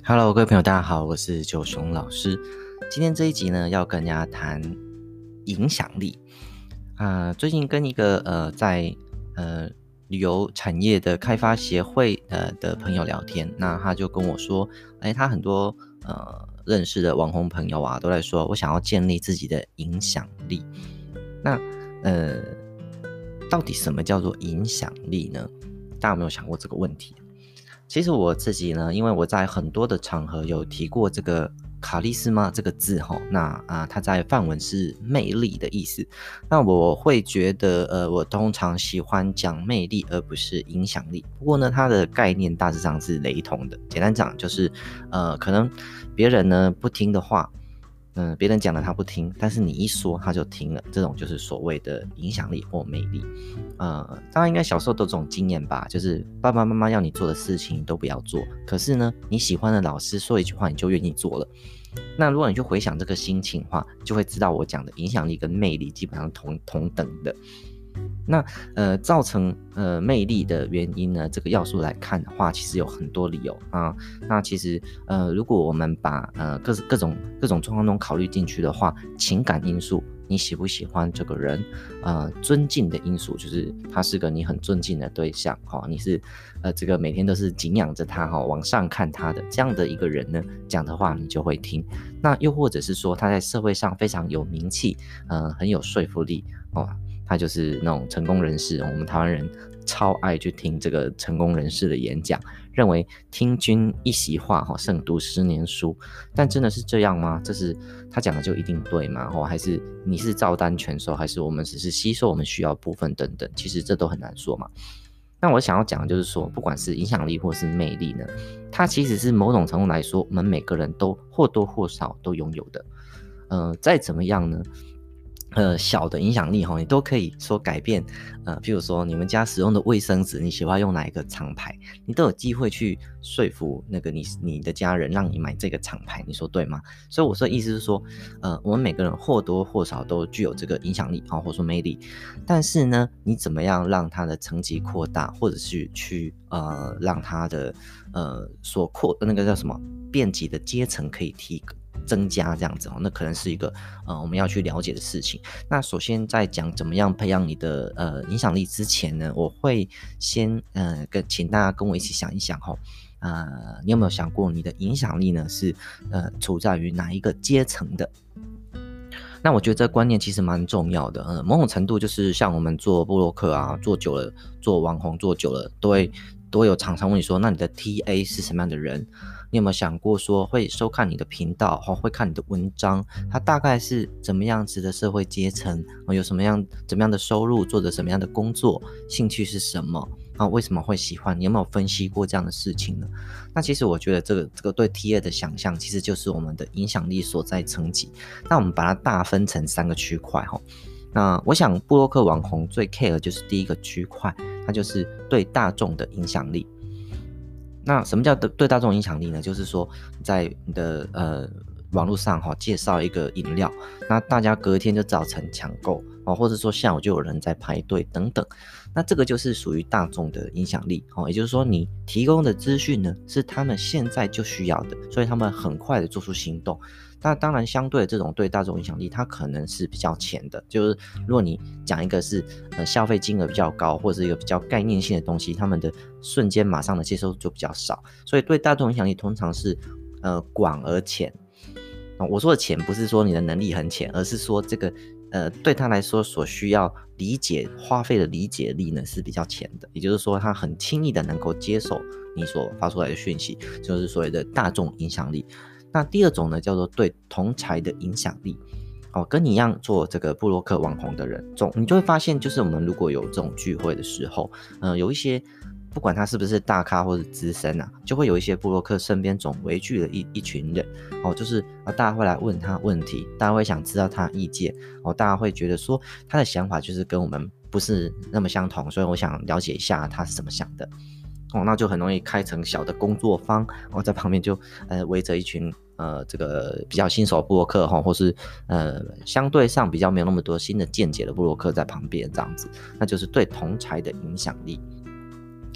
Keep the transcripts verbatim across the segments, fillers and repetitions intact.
Hello，各位朋友，大家好，我是九雄老师。今天这一集呢，要跟大家谈影响力。啊、呃，最近跟一个呃在呃旅游产业的开发协会呃的朋友聊天，那他就跟我说，哎，他很多呃认识的网红朋友啊，都在说我想要建立自己的影响力。那呃，到底什么叫做影响力呢？大家有没有想过这个问题？其实我自己呢，因为我在很多的场合有提过这个卡利斯玛这个字哈，那啊，它在梵文是魅力的意思。那我会觉得，呃，我通常喜欢讲魅力，而不是影响力。不过呢，它的概念大致上是雷同的。简单讲就是，呃，可能别人呢不听的话。嗯、呃，别人讲了他不听，但是你一说他就听了，这种就是所谓的影响力或魅力。呃，大家应该小时候都有这种经验吧，就是爸爸妈妈要你做的事情都不要做，可是呢，你喜欢的老师说一句话你就愿意做了。那如果你去回想这个心情的话，就会知道我讲的影响力跟魅力基本上同同等的。那呃，造成呃魅力的原因呢，这个要素来看的话，其实有很多理由啊。那其实呃，如果我们把呃各各种各种状况中考虑进去的话，情感因素，你喜不喜欢这个人？呃，尊敬的因素，就是他是个你很尊敬的对象，哈、哦，你是呃这个每天都是敬仰着他，哈、哦，往上看他的这样的一个人呢，讲的话你就会听。那又或者是说他在社会上非常有名气，呃，很有说服力，哦。他就是那种成功人士，我们台湾人超爱去听这个成功人士的演讲，认为听君一席话胜读十年书。但真的是这样吗？这是他讲的就一定对吗？还是你是照单全收，还是我们只是吸收我们需要的部分等等？其实这都很难说嘛。那我想要讲的就是说，不管是影响力或是魅力呢，它其实是某种程度来说，我们每个人都或多或少都拥有的。呃，再怎么样呢？呃，小的影响力哈，你都可以说改变。呃，譬如说你们家使用的卫生纸，你喜欢用哪一个厂牌，你都有机会去说服那个你你的家人让你买这个厂牌，你说对吗？所以我说意思是说，呃，我们每个人或多或少都具有这个影响力啊，或者说魅力。但是呢，你怎么样让他的层级扩大，或者是去呃让他的呃所扩那个叫什么遍及的阶层可以提高。增加这样子哦，那可能是一个呃我们要去了解的事情。那首先在讲怎么样培养你的呃影响力之前呢，我会先呃跟请大家跟我一起想一想哈、哦，呃，你有没有想过你的影响力呢是呃处在于哪一个阶层的？那我觉得这个观念其实蛮重要的，呃，某种程度就是像我们做部落客啊，做久了，做网红做久了，都会都会有厂商问你说，那你的 T A 是什么样的人？你有没有想过说，会收看你的频道，会看你的文章，他大概是怎么样子的社会阶层，有什么样怎么样的收入，做着什么样的工作，兴趣是什么？啊，为什么会喜欢？你有没有分析过这样的事情呢？那其实我觉得这个这个对 T A 的想象，其实就是我们的影响力所在层级。那我们把它大分成三个区块哈。那我想部落客网红最 care 就是第一个区块，它就是对大众的影响力。那什么叫对大众影响力呢？就是说在你的呃网络上哈介绍一个饮料，那大家隔天就造成抢购哦，或者说下午就有人在排队等等，那这个就是属于大众的影响力哦，也就是说你提供的资讯呢是他们现在就需要的，所以他们很快的做出行动。那当然，相对这种对大众影响力，它可能是比较浅的。就是如果你讲一个是呃消费金额比较高，或者是一个比较概念性的东西，他们的瞬间马上的接受度就比较少。所以对大众影响力通常是呃广而浅。我说的浅不是说你的能力很浅，而是说这个呃对他来说所需要理解花费的理解力呢是比较浅的。也就是说，他很轻易的能够接受你所发出来的讯息，就是所谓的大众影响力。那第二种呢，叫做对同侪的影响力。哦，跟你一样做这个部落客网红的人，总你就会发现，就是我们如果有这种聚会的时候，呃，有一些不管他是不是大咖或者资深啊，就会有一些部落客身边总围聚了一一群人。哦，就是啊，大家会来问他问题，大家会想知道他的意见。哦，大家会觉得说他的想法就是跟我们不是那么相同，所以我想了解一下他是怎么想的。哦，那就很容易开成小的工作坊，哦，在旁边就呃围着一群呃这个比较新手部落客哈，或是呃相对上比较没有那么多新的见解的部落客在旁边这样子，那就是对同侪的影响力。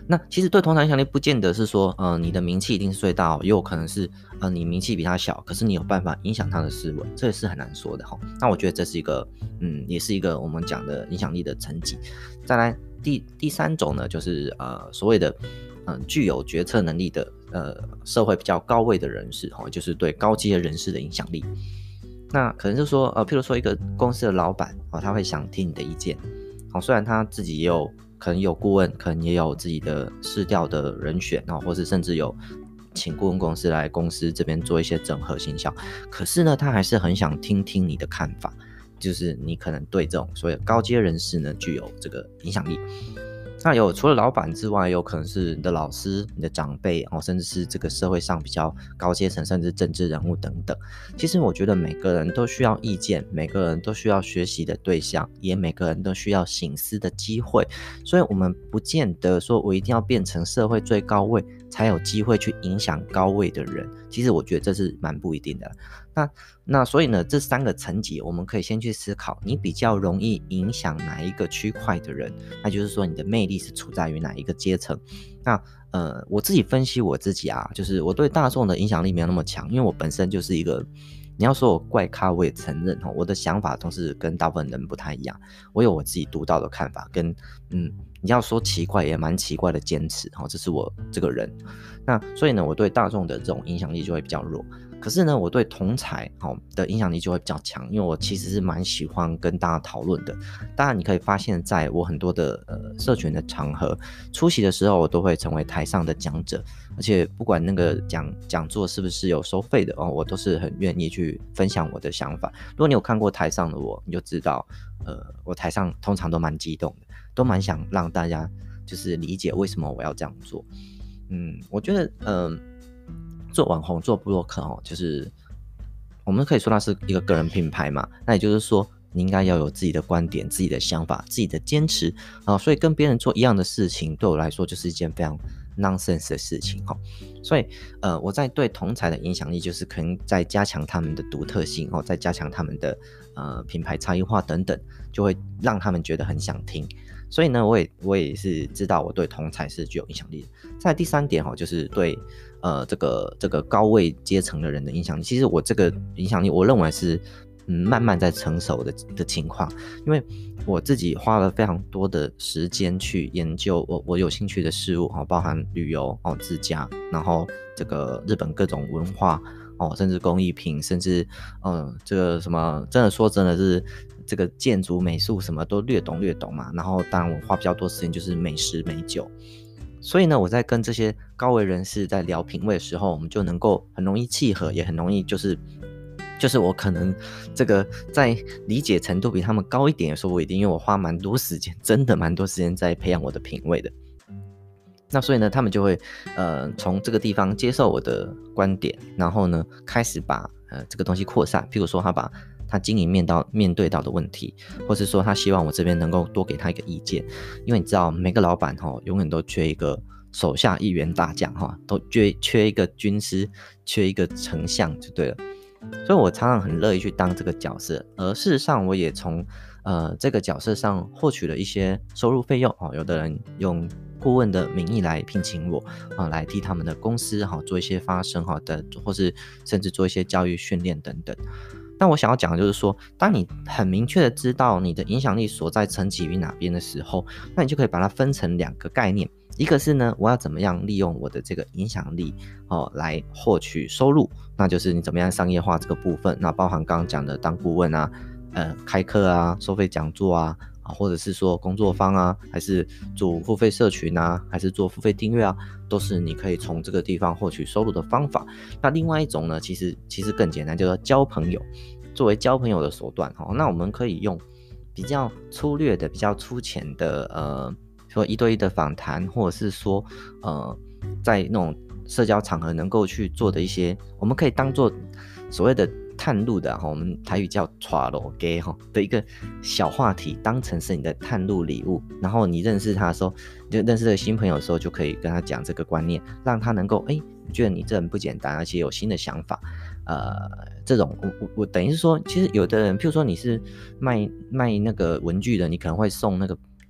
那其实对同侪影响力不见得是说，呃，你的名气一定是最大，也有可能是，呃，你名气比他小，可是你有办法影响他的思维，这也是很难说的哈。那我觉得这是一个，嗯，也是一个我们讲的影响力的层级。再来第第三种呢，就是呃所谓的，嗯、呃，具有决策能力的，呃，社会比较高位的人士哈，就是对高阶人士的影响力。那可能就是说，呃，譬如说一个公司的老板哦，他会想听你的意见，好，虽然他自己也有可能有顾问，可能也有自己的市调的人选哦，或是甚至有请顾问公司来公司这边做一些整合行销，可是呢，他还是很想听听你的看法，就是你可能对这种所谓的高阶人士呢具有这个影响力。那有除了老板之外，有可能是你的老师、你的长辈哦，甚至是这个社会上比较高阶层，甚至政治人物等等。其实我觉得每个人都需要意见，每个人都需要学习的对象，也每个人都需要省思的机会。所以我们不见得说我一定要变成社会最高位才有机会去影响高位的人。其实我觉得这是蛮不一定的。那那所以呢，这三个层级我们可以先去思考，你比较容易影响哪一个区块的人，那就是说你的魅力是处在于哪一个阶层。那呃，我自己分析我自己啊，就是我对大众的影响力没有那么强，因为我本身就是一个，你要说我怪咖，我也承认我的想法都是跟大部分人不太一样，我有我自己独到的看法，跟嗯，你要说奇怪也蛮奇怪的坚持，这是我这个人。那所以呢，我对大众的这种影响力就会比较弱。可是呢，我对同侪的影响力就会比较强，因为我其实是蛮喜欢跟大家讨论的。当然，你可以发现，在我很多的呃社群的场合出席的时候，我都会成为台上的讲者，而且不管那个讲讲座是不是有收费的哦，我都是很愿意去分享我的想法。如果你有看过台上的我，你就知道，呃，我台上通常都蛮激动的，都蛮想让大家就是理解为什么我要这样做。嗯，我觉得，嗯、呃。做网红做部落客哦，就是我们可以说它是一个个人品牌嘛，那也就是说你应该要有自己的观点、自己的想法、自己的坚持啊，所以跟别人做一样的事情，对我来说就是一件非常 nonsense 的事情哈。所以呃，我在对同侪的影响力，就是可能在加强他们的独特性哦，在加强他们的呃品牌差异化等等，就会让他们觉得很想听。所以呢，我也我也是知道我对同侪是具有影响力的。再来第三点哈，就是对呃这个这个高位阶层的人的影响力。其实我这个影响力，我认为是嗯慢慢在成熟的的情况，因为我自己花了非常多的时间去研究我我有兴趣的事物哈，包含旅游哦、自驾，然后这个日本各种文化哦，甚至工艺品，甚至嗯这个什么，真的说真的是。这个建筑美术什么都略懂略懂嘛，然后当然我花比较多时间就是美食美酒，所以呢，我在跟这些高维人士在聊品味的时候，我们就能够很容易契合，也很容易就是就是我可能这个在理解程度比他们高一点，说我一定因为我花蛮多时间，真的蛮多时间在培养我的品味的。那所以呢，他们就会呃从这个地方接受我的观点，然后呢开始把呃这个东西扩散，譬如说他把他经营面到面对到的问题，或是说他希望我这边能够多给他一个意见，因为你知道每个老板齁永远都缺一个手下一员大将齁，都缺缺一个军师，缺一个丞相就对了。所以我常常很乐意去当这个角色，而事实上我也从呃这个角色上获取了一些收入费用哦，有的人用顾问的名义来聘请我啊、呃，来替他们的公司哈、哦、做一些发声哈的，或是甚至做一些教育训练等等。但我想要讲的就是说，当你很明确的知道你的影响力所在层级于哪边的时候，那你就可以把它分成两个概念，一个是呢，我要怎么样利用我的这个影响力哦来获取收入，那就是你怎么样商业化这个部分，那包含刚刚讲的当顾问啊，呃开课啊，收费讲座啊，或者是说工作坊啊，还是做付费社群啊，还是做付费订阅啊，都是你可以从这个地方获取收入的方法。那另外一种呢，其实其实更简单，叫做交朋友，作为交朋友的手段。那我们可以用比较粗略的、比较粗浅的，呃，说一对一的访谈，或者是说，呃，在那种社交场合能够去做的一些，我们可以当做所谓的探路的，我们台语叫带路给的一个小话题，当成是你的探路礼物。然后你认识他的时候，就认识这个新朋友的时候，就可以跟他讲这个观念，让他能够哎，觉得你这人不简单，而且有新的想法。呃，这种我我我等于是说，其实有的人，譬如说你是卖卖那个文具的，你可能会送那个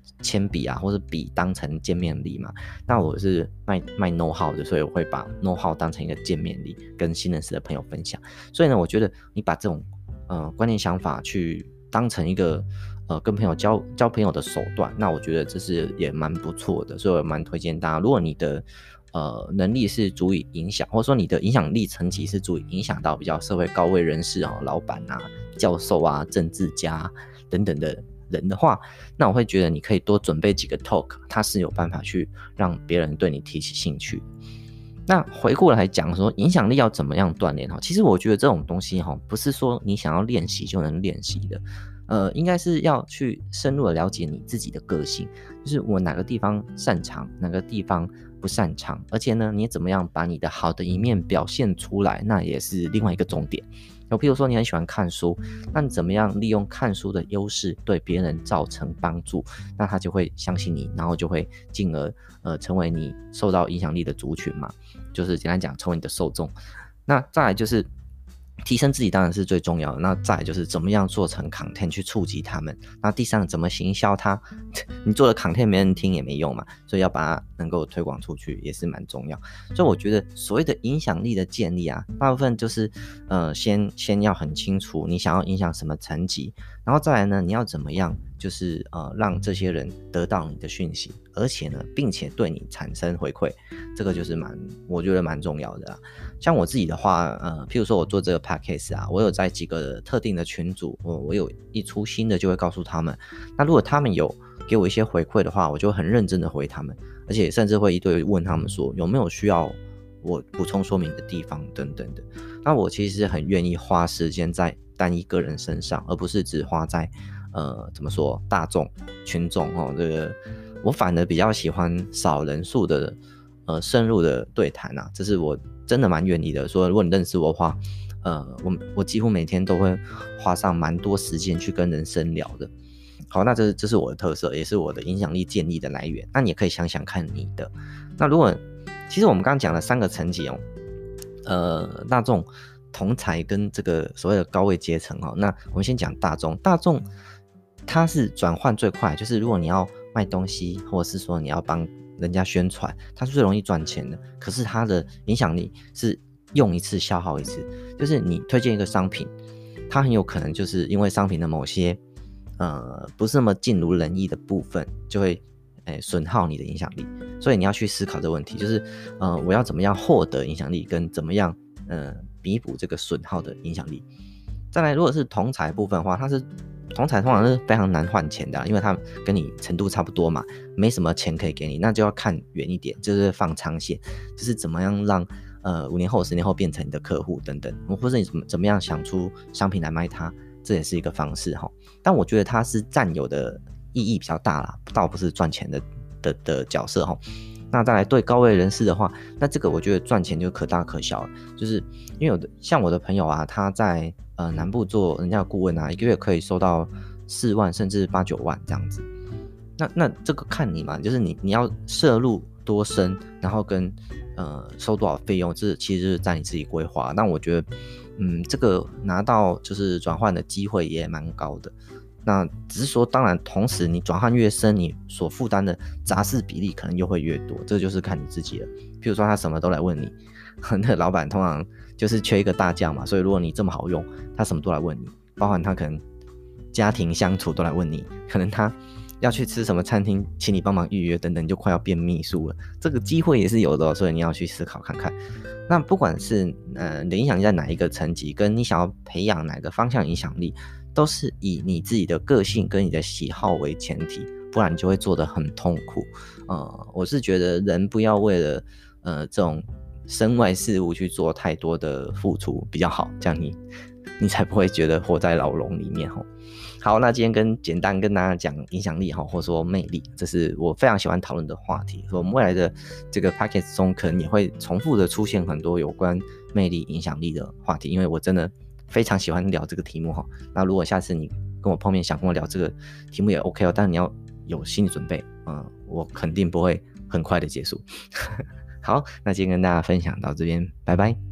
铅笔啊或者笔当成见面礼嘛，那我是卖卖 know how 的，所以我会把 know how 当成一个见面礼跟新认识的朋友分享。所以呢，我觉得你把这种呃观念想法去当成一个呃跟朋友交交朋友的手段，那我觉得这是也蛮不错的，所以我蛮推荐大家，如果你的呃能力是足以影响，或者说你的影响力层级是足以影响到比较社会高位人士哦，老板啊、教授啊、政治家等等的人的话，那我会觉得你可以多准备几个 talk， 它是有办法去让别人对你提起兴趣。那回过来讲说影响力要怎么样锻炼，其实我觉得这种东西不是说你想要练习就能练习的，呃，应该是要去深入的了解你自己的个性，就是我哪个地方擅长，哪个地方不擅长，而且呢，你怎么样把你的好的一面表现出来，那也是另外一个重点。有譬如说你很喜欢看书，那你怎么样利用看书的优势对别人造成帮助，那他就会相信你，然后就会进而呃成为你受到影响力的族群嘛，就是简单讲成为你的受众。那再来就是提升自己当然是最重要的，那再来就是怎么样做成 content 去触及他们，那第三个怎么行销它，你做的 content 没人听也没用嘛，所以要把它能够推广出去也是蛮重要。所以我觉得所谓的影响力的建立啊，大部分就是呃先先要很清楚你想要影响什么层级，然后再来呢，你要怎么样就是呃让这些人得到你的讯息，而且呢并且对你产生回馈，这个就是蛮我觉得蛮重要的啦。像我自己的话，呃，譬如说我做这个 podcast 啊，我有在几个特定的群组，我我有一出新的就会告诉他们。那如果他们有给我一些回馈的话，我就很认真的回他们，而且甚至会一对问他们说有没有需要我补充说明的地方等等的。那我其实很愿意花时间在单一个人身上，而不是只花在呃怎么说大众群众哦，这个我反而比较喜欢少人数的呃深入的对谈啊，这是我真的蛮愿意的。说如果你认识我的话，呃，我我几乎每天都会花上蛮多时间去跟人深聊的。好，那这这是我的特色，也是我的影响力建立的来源。那你也可以想想看你的。那如果其实我们刚刚讲了三个层级哦，呃，大众、同侪跟这个所谓的高位阶层哦。那我们先讲大众，大众它是转换最快，就是如果你要卖东西，或者是说你要帮人家宣传，它是最容易赚钱的，可是它的影响力是用一次消耗一次，就是你推荐一个商品，它很有可能就是因为商品的某些呃不是那么尽如人意的部分，就会诶损耗你的影响力，所以你要去思考这个问题，就是呃我要怎么样获得影响力，跟怎么样呃弥补这个损耗的影响力。再来，如果是同侪部分的话，它是同侪通常是非常难换钱的、啊，因为它跟你程度差不多嘛，没什么钱可以给你，那就要看远一点，就是放长线，就是怎么样让呃五年后、十年后变成你的客户等等，或者你怎么怎么样想出商品来卖它，这也是一个方式哈。但我觉得它是占有的意义比较大啦，倒不是赚钱的的的角色哈。那再来对高位人士的话，那这个我觉得赚钱就可大可小了，就是因为有的像我的朋友啊，他在呃南部做人家的顾问啊，一个月可以收到四万甚至八九万这样子。那那这个看你嘛，就是你你要涉入多深，然后跟呃收多少费用，这其实就是在你自己规划。但我觉得，嗯，这个拿到就是转换的机会也蛮高的。那只是说，当然，同时你转换越深，你所负担的杂事比例可能又会越多，这就是看你自己了。譬如说，他什么都来问你，那老板通常就是缺一个大将嘛，所以如果你这么好用，他什么都来问你，包含他可能家庭相处都来问你，可能他要去吃什么餐厅，请你帮忙预约等等，就快要变秘书了。这个机会也是有的、哦，所以你要去思考看看。那不管是呃你的影响力在哪一个层级，跟你想要培养哪个方向影响力，都是以你自己的个性跟你的喜好为前提，不然你就会做得很痛苦。呃，我是觉得人不要为了呃这种身外事物去做太多的付出比较好，这样你你才不会觉得活在牢笼里面吼。好，那今天跟简单跟大家讲影响力或者说魅力，这是我非常喜欢讨论的话题。我们未来的这个 podcast 中可能也会重复的出现很多有关魅力影响力的话题，因为我真的非常喜欢聊这个题目。那如果下次你跟我碰面想跟我聊这个题目也 OK 哦，但是你要有心理准备、呃、我肯定不会很快的结束。好，那今天跟大家分享到这边，拜拜。